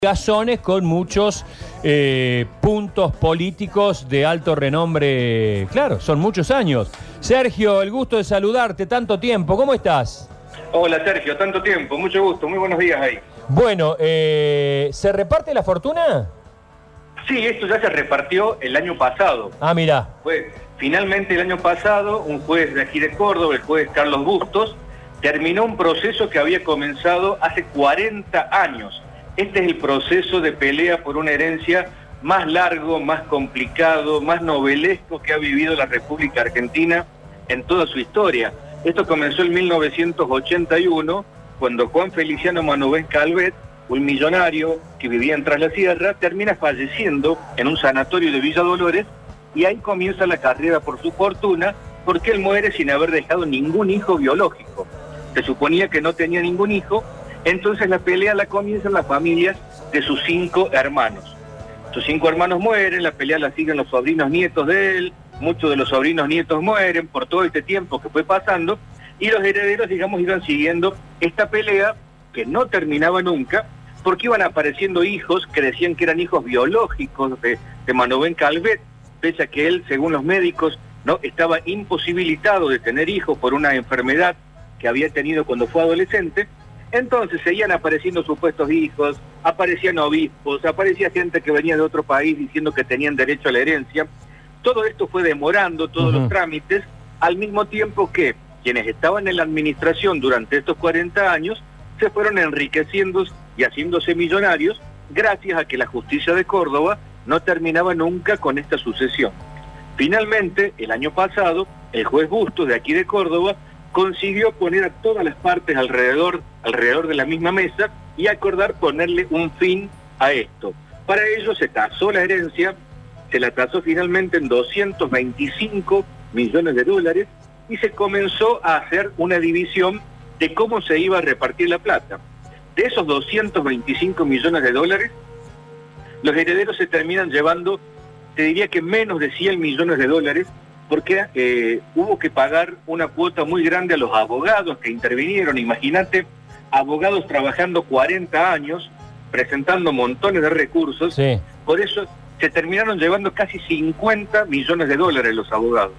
Gazones con muchos puntos políticos de alto renombre. Claro, son muchos años. Sergio, el gusto de saludarte, tanto tiempo, ¿cómo estás? Hola Sergio, tanto tiempo, mucho gusto, muy buenos días ahí. Bueno, ¿se reparte la fortuna? Sí, esto ya se repartió el año pasado. Ah, mirá. Finalmente el año pasado, un juez de aquí de Córdoba, el juez Carlos Bustos, terminó un proceso que había comenzado hace 40 años. Este es el proceso de pelea por una herencia más largo, más complicado, más novelesco que ha vivido la República Argentina en toda su historia. Esto comenzó en 1981, cuando Juan Feliciano Manovén Calvet, un millonario que vivía en Tras la Sierra, termina falleciendo en un sanatorio de Villa Dolores, y ahí comienza la carrera por su fortuna, porque él muere sin haber dejado ningún hijo biológico. Se suponía que no tenía ningún hijo. Entonces la pelea la comienzan las familias de sus 5 hermanos. Sus 5 hermanos mueren, la pelea la siguen los sobrinos nietos de él, muchos de los sobrinos nietos mueren por todo este tiempo que fue pasando, y los herederos, digamos, iban siguiendo esta pelea que no terminaba nunca, porque iban apareciendo hijos que decían que eran hijos biológicos de Manovén Calvet, pese a que él, según los médicos, no estaba imposibilitado de tener hijos por una enfermedad que había tenido cuando fue adolescente. Entonces seguían apareciendo supuestos hijos, aparecían obispos, aparecía gente que venía de otro país diciendo que tenían derecho a la herencia. Todo esto fue demorando todos los trámites, al mismo tiempo que quienes estaban en la administración durante estos 40 años se fueron enriqueciendo y haciéndose millonarios gracias a que la justicia de Córdoba no terminaba nunca con esta sucesión. Finalmente, el año pasado, el juez Bustos de aquí de Córdoba consiguió poner a todas las partes alrededor de la misma mesa y acordar ponerle un fin a esto. Para ello se tasó la herencia, se la tasó finalmente en 225 millones de dólares y se comenzó a hacer una división de cómo se iba a repartir la plata. De esos 225 millones de dólares, los herederos se terminan llevando, te diría que menos de 100 millones de dólares, porque hubo que pagar una cuota muy grande a los abogados que intervinieron. Imagínate, abogados trabajando 40 años, presentando montones de recursos. Sí. Por eso se terminaron llevando casi 50 millones de dólares los abogados.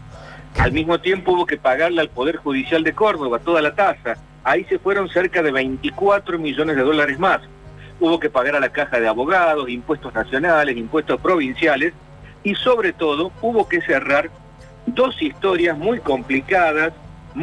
Al mismo tiempo hubo que pagarle al Poder Judicial de Córdoba toda la tasa. Ahí se fueron cerca de 24 millones de dólares más. Hubo que pagar a la Caja de Abogados, impuestos nacionales, impuestos provinciales, y sobre todo hubo que cerrar 2 historias muy complicadas,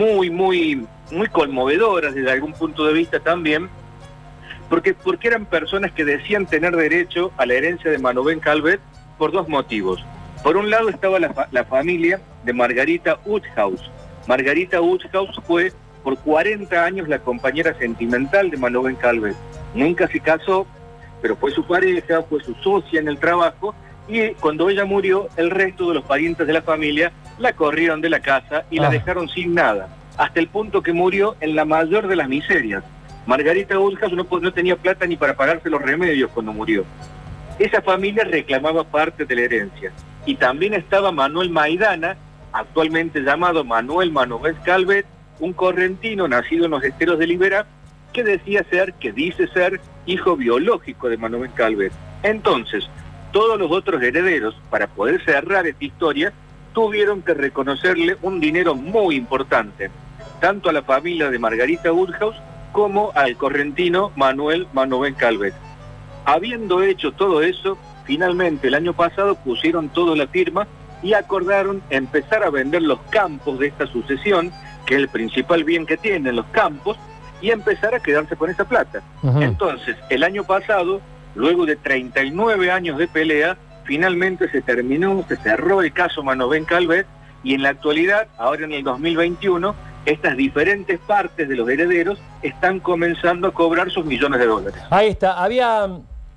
muy conmovedoras desde algún punto de vista también, porque eran personas que decían tener derecho a la herencia de Manovén Calvet por 2 motivos. Por un lado estaba la familia de Margarita Uthhaus. Margarita Uthhaus fue por 40 años la compañera sentimental de Manovén Calvet. Nunca se casó, pero fue su pareja, fue su socia en el trabajo, y cuando ella murió, el resto de los parientes de la familia la corrieron de la casa y la dejaron sin nada, hasta el punto que murió en la mayor de las miserias. Margarita Uthhaus no tenía plata ni para pagarse los remedios cuando murió. Esa familia reclamaba parte de la herencia. Y también estaba Manuel Maidana, actualmente llamado Manuel Manovén Calvet, un correntino nacido en los esteros de Liberá, que dice ser hijo biológico de Manovén Calvet. Entonces, todos los otros herederos, para poder cerrar esta historia, tuvieron que reconocerle un dinero muy importante, tanto a la familia de Margarita Uthhaus como al correntino Manuel Manovén Calvet. Habiendo hecho todo eso, finalmente el año pasado pusieron todo la firma y acordaron empezar a vender los campos de esta sucesión, que es el principal bien que tienen los campos, y empezar a quedarse con esa plata. Entonces, el año pasado, luego de 39 años de pelea, finalmente se cerró el caso Manovén Calvet, y en la actualidad, ahora en el 2021, estas diferentes partes de los herederos están comenzando a cobrar sus millones de dólares. Ahí está. Había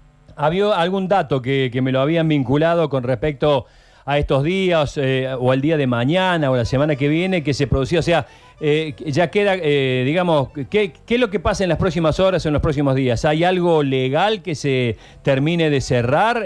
algún dato que me lo habían vinculado con respecto a estos días, o el día de mañana, o la semana que viene, que se producía, o sea, ya queda, digamos, ¿qué es lo que pasa en las próximas horas o en los próximos días? ¿Hay algo legal que se termine de cerrar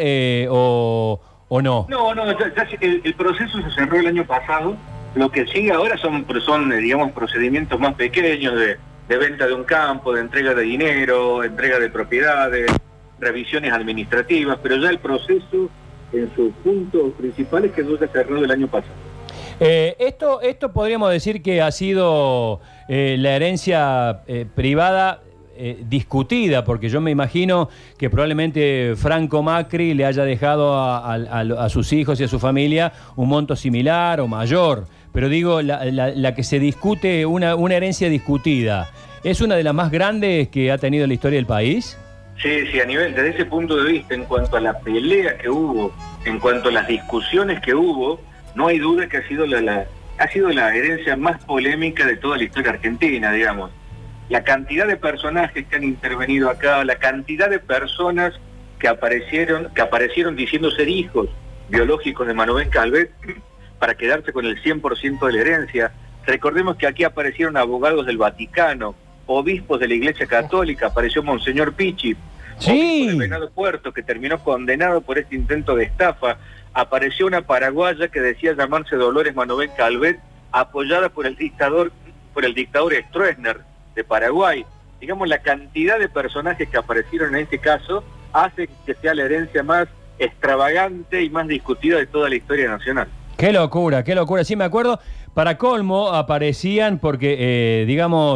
o no? No, el proceso se cerró el año pasado. Lo que sigue ahora son digamos, procedimientos más pequeños de venta de un campo, de entrega de dinero, entrega de propiedades, revisiones administrativas, pero ya el proceso en sus puntos principales quedó ya cerrado el año pasado. Esto podríamos decir que ha sido la herencia privada discutida, porque yo me imagino que probablemente Franco Macri le haya dejado a sus hijos y a su familia un monto similar o mayor, pero digo, la que se discute, una herencia discutida, ¿es una de las más grandes que ha tenido la historia del país? Sí, a nivel, desde ese punto de vista, en cuanto a la pelea que hubo, en cuanto a las discusiones que hubo, no hay duda que ha sido la herencia más polémica de toda la historia argentina, digamos. La cantidad de personajes que han intervenido acá, la cantidad de personas que aparecieron diciendo ser hijos biológicos de Manoven Calvet para quedarse con el 100% de la herencia. Recordemos que aquí aparecieron abogados del Vaticano, obispos de la Iglesia Católica, apareció Monseñor Pichi, obispo de Venado Puerto, que terminó condenado por este intento de estafa. Apareció una paraguaya que decía llamarse Dolores Manoven Calvet, apoyada por el dictador Stroessner de Paraguay. Digamos, la cantidad de personajes que aparecieron en este caso hace que sea la herencia más extravagante y más discutida de toda la historia nacional. Qué locura, sí me acuerdo. Para colmo aparecían porque,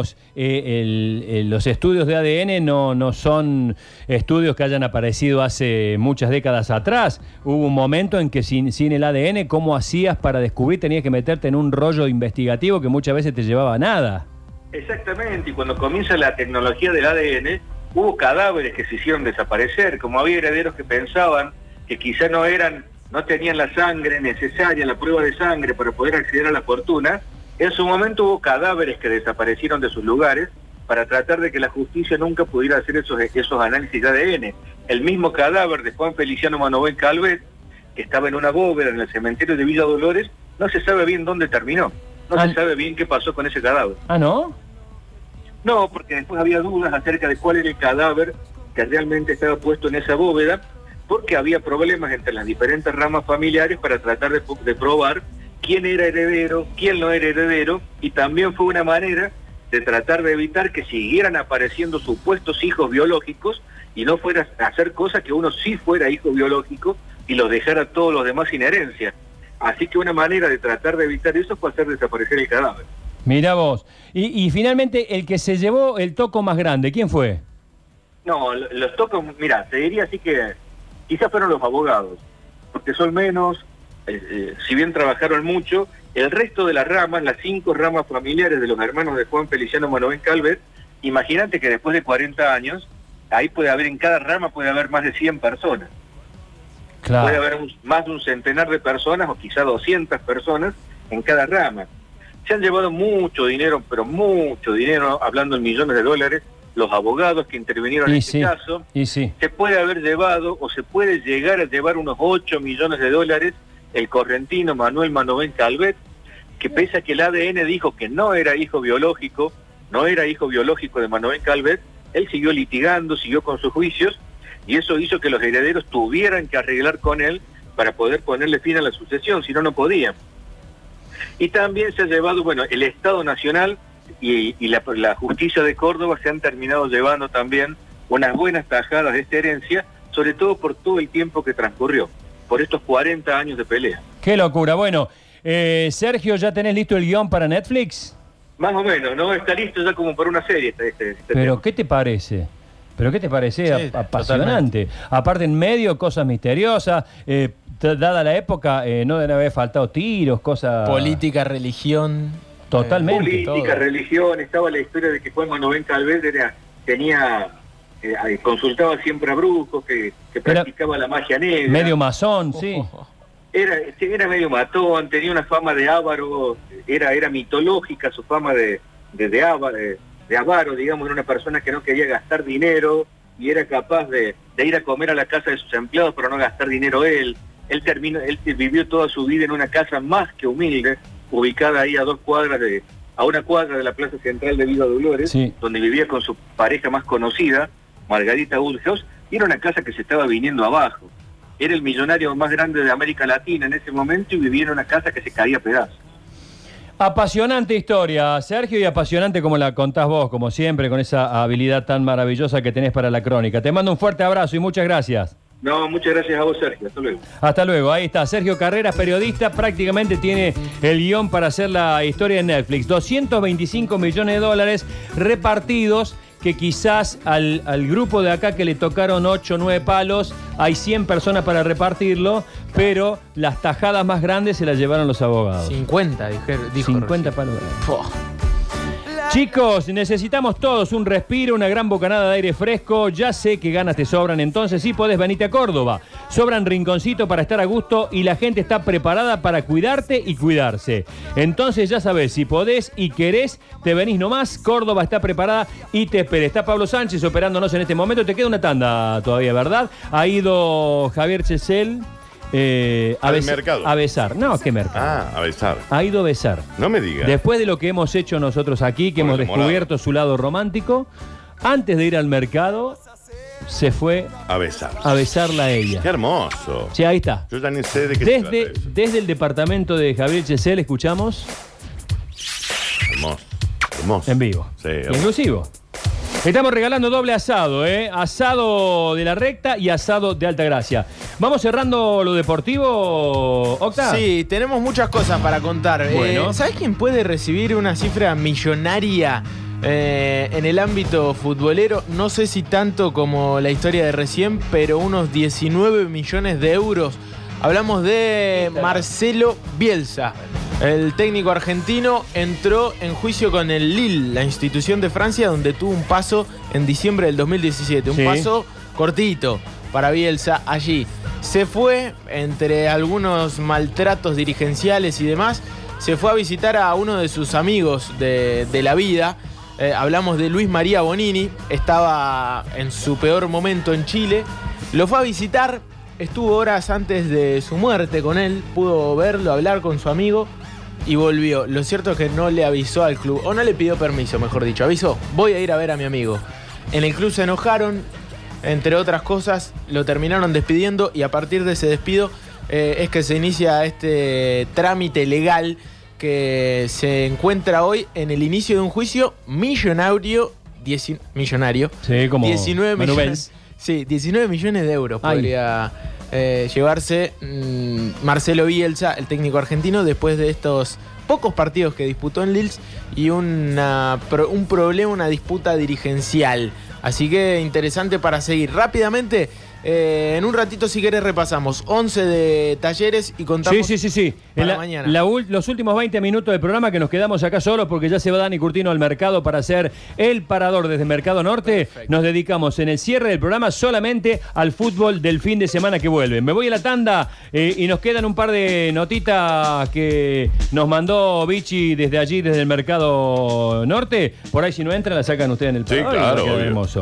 los estudios de ADN no son estudios que hayan aparecido hace muchas décadas atrás. Hubo un momento en que sin el ADN, ¿cómo hacías para descubrir? Tenías que meterte en un rollo investigativo que muchas veces te llevaba a nada. Exactamente, y cuando comienza la tecnología del ADN, hubo cadáveres que se hicieron desaparecer, como había herederos que pensaban que quizá no tenían la sangre necesaria, la prueba de sangre para poder acceder a la fortuna. En su momento hubo cadáveres que desaparecieron de sus lugares para tratar de que la justicia nunca pudiera hacer esos análisis de ADN. El mismo cadáver de Juan Feliciano Manoven Calvet, que estaba en una bóveda en el cementerio de Villa Dolores, no se sabe bien dónde terminó. No se sabe bien qué pasó con ese cadáver. ¿Ah, no? No, porque después había dudas acerca de cuál era el cadáver que realmente estaba puesto en esa bóveda, porque había problemas entre las diferentes ramas familiares para tratar de probar quién era heredero, quién no era heredero, y también fue una manera de tratar de evitar que siguieran apareciendo supuestos hijos biológicos y no fuera a hacer cosas que uno sí fuera hijo biológico y los dejara a todos los demás sin herencia. Así que una manera de tratar de evitar eso fue hacer desaparecer el cadáver. Mirá vos. Y finalmente, el que se llevó el toco más grande, ¿quién fue? No, los tocos, mira, te diría así que quizás fueron los abogados, porque son menos, si bien trabajaron mucho, el resto de las ramas, las 5 ramas familiares de los hermanos de Juan Feliciano Manoven Calvet, imagínate que después de 40 años, ahí en cada rama puede haber más de 100 personas. Claro. Puede haber más de un centenar de personas o quizá 200 personas en cada rama. Se han llevado mucho dinero, pero mucho dinero, hablando en millones de dólares, los abogados que intervinieron en este caso. Se puede haber llevado o se puede llegar a llevar unos 8 millones de dólares el correntino Manuel Manoven Calvet, que pese a que el ADN dijo que no era hijo biológico de Manoven Calvet, él siguió litigando, siguió con sus juicios, y eso hizo que los herederos tuvieran que arreglar con él para poder ponerle fin a la sucesión, si no, no podían. Y también se ha llevado, el Estado Nacional y la justicia de Córdoba se han terminado llevando también unas buenas tajadas de esta herencia, sobre todo por todo el tiempo que transcurrió, por estos 40 años de pelea. ¡Qué locura! Bueno, Sergio, ¿ya tenés listo el guión para Netflix? Más o menos, ¿no? Está listo ya como para una serie. Pero, tema. ¿Qué te parece? Sí, apasionante. Totalmente. Aparte, en medio, cosas misteriosas. Dada la época, no deben haber faltado tiros, cosas... Política, religión... Totalmente. Política, religión. Estaba la historia de que Juan Manoven Calvet consultaba siempre a brujos, que practicaba la magia negra. Medio masón, sí. Era medio matón, tenía una fama de avaro, era mitológica su fama de avaro, digamos, era una persona que no quería gastar dinero y era capaz de ir a comer a la casa de sus empleados pero no gastar dinero él. Él vivió toda su vida en una casa más que humilde, ubicada ahí a una cuadra de la Plaza Central de Villa Dolores, sí, donde vivía con su pareja más conocida, Margarita Woodhouse, y era una casa que se estaba viniendo abajo. Era el millonario más grande de América Latina en ese momento y vivía en una casa que se caía a pedazos. Apasionante historia, Sergio, y apasionante como la contás vos, como siempre, con esa habilidad tan maravillosa que tenés para la crónica. Te mando un fuerte abrazo y muchas gracias. No, muchas gracias a vos, Sergio. Hasta luego. Hasta luego. Ahí está, Sergio Carreras, periodista, prácticamente tiene el guión para hacer la historia de Netflix. 225 millones de dólares repartidos, que quizás al grupo de acá que le tocaron 8 o 9 palos, hay 100 personas para repartirlo, pero las tajadas más grandes se las llevaron los abogados. 50, dijo 50 palos. Chicos, necesitamos todos un respiro, una gran bocanada de aire fresco. Ya sé que ganas te sobran, entonces sí podés venirte a Córdoba. Sobran rinconcito para estar a gusto y la gente está preparada para cuidarte y cuidarse. Entonces ya sabés, si podés y querés, te venís nomás. Córdoba está preparada y te espera. Está Pablo Sánchez operándonos en este momento. Te queda una tanda todavía, ¿verdad? Ha ido Javier Chesel. Al mercado. A besar. No, ¿qué mercado? Ah, a besar. Ha ido a besar. No me digas. Después de lo que hemos hecho nosotros aquí, que hemos descubierto su lado romántico, antes de ir al mercado, se fue a besar. A besarla a ella. Qué hermoso. Sí, ahí está. Yo ya ni sé de qué se trata eso. Desde el departamento de Javier Chesel escuchamos. Hermoso. Hermoso. En vivo. Sí, hermoso. Inclusivo. Estamos regalando doble asado, asado de la recta y asado de Altagracia. Vamos cerrando lo deportivo, Octa. Sí, tenemos muchas cosas para contar. Bueno. ¿Sabes quién puede recibir una cifra millonaria en el ámbito futbolero? No sé si tanto como la historia de recién, pero unos 19 millones de euros. Hablamos de Marcelo Bielsa. El técnico argentino entró en juicio con el Lille, la institución de Francia, donde tuvo un paso en diciembre del 2017. Un paso cortito para Bielsa allí. Se fue, entre algunos maltratos dirigenciales y demás, se fue a visitar a uno de sus amigos de la vida. Hablamos de Luis María Bonini. Estaba en su peor momento en Chile. Lo fue a visitar, estuvo horas antes de su muerte con él. Pudo verlo, hablar con su amigo. Y volvió. Lo cierto es que no le avisó al club, o no le pidió permiso, mejor dicho. Avisó, voy a ir a ver a mi amigo. En el club se enojaron, entre otras cosas, lo terminaron despidiendo. Y a partir de ese despido es que se inicia este trámite legal que se encuentra hoy en el inicio de un juicio millonario. Millonario. Sí, como 19 millones. Sí, 19 millones de euros podría llevarse Marcelo Bielsa, el técnico argentino, después de estos pocos partidos que disputó en Lille y un problema, una disputa dirigencial. Así que interesante para seguir. Rápidamente, en un ratito, si querés, repasamos 11 de Talleres y contamos. Sí. Para mañana. Los últimos 20 minutos del programa, que nos quedamos acá solos porque ya se va Dani Curtino al mercado para hacer el parador desde Mercado Norte. Perfecto. Nos dedicamos en el cierre del programa solamente al fútbol del fin de semana que vuelve. Me voy a la tanda y nos quedan un par de notitas que nos mandó Vichy desde allí, desde el Mercado Norte. Por ahí, si no entran, la sacan ustedes en el parador. Sí, claro. Hermoso.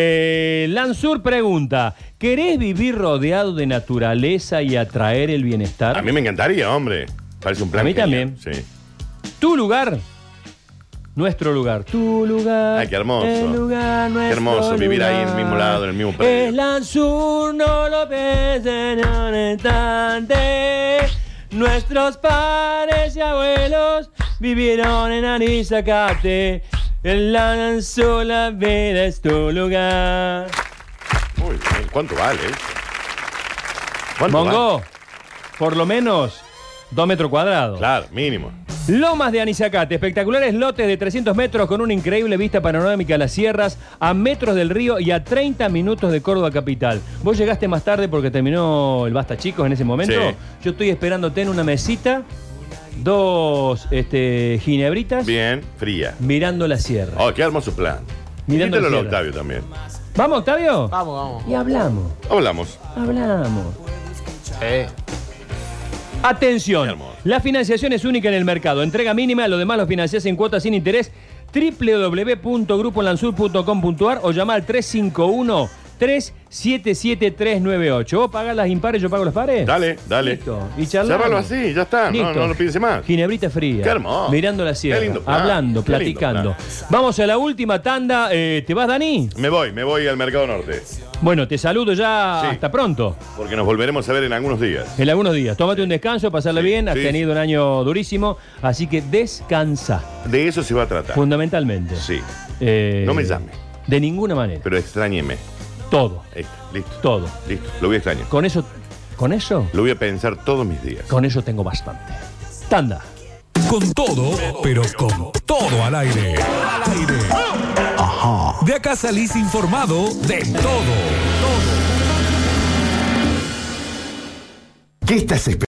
Lansur pregunta: ¿querés vivir rodeado de naturaleza y atraer el bienestar? A mí me encantaría, hombre. Parece un plan. A mí genial. también. Sí. Tu lugar, nuestro lugar. Tu lugar. Ay, qué hermoso. El lugar, nuestro qué hermoso vivir lugar. ahí en el mismo lado, en el mismo predio. Es Lansur, no lo pienses en un instante. Nuestros padres y abuelos vivieron en Anisacate. En Lansur la vida es tu lugar. Muy bien. ¿Cuánto vale? ¿Cuánto Mongo, vale? por lo menos 2 metros cuadrados. Claro, mínimo. Lomas de Anisacate, espectaculares lotes de 300 metros con una increíble vista panorámica a las sierras, a metros del río y a 30 minutos de Córdoba capital. Vos llegaste más tarde porque terminó el Basta Chicos en ese momento. Sí. Yo estoy esperándote en una mesita, 2 ginebritas. Bien, fría. Mirando la sierra. Oh, qué hermoso plan. Mirando Invítalo la a sierra. Octavio también. ¿Vamos, Octavio? Vamos. Y hablamos. Hablamos. Atención, Hermoso. la financiación es única en el mercado. Entrega mínima, lo demás lo financiás en cuotas sin interés. www.grupolansur.com.ar o llama al 351 377-398. ¿Vos pagás las impares, yo pago los pares? Dale. Listo. Y charlamos. Cerralo así, ya está. Listo. No lo piense más. Ginebrita fría. Qué hermoso. Mirando la Qué sierra. lindo plan. Hablando, Qué lindo platicando. plan. Vamos a la última tanda. ¿Te vas, Dani? Me voy al Mercado Norte. Bueno, te saludo ya. Sí. Hasta pronto. Porque nos volveremos a ver en algunos días. En algunos días. Tómate un descanso, pasarla Sí, bien. Has sí. tenido un año durísimo. Así que descansa. De eso se va a tratar. Fundamentalmente. Sí. Eh, No me llame. De ninguna manera. Pero extrañeme. Todo. Ahí está, listo. Todo. Listo. Lo voy a extrañar. Con eso. Lo voy a pensar todos mis días. Con eso tengo bastante. Tanda. Con todo, pero con todo al aire. Ajá. De acá salís informado de todo. ¿Qué estás esperando?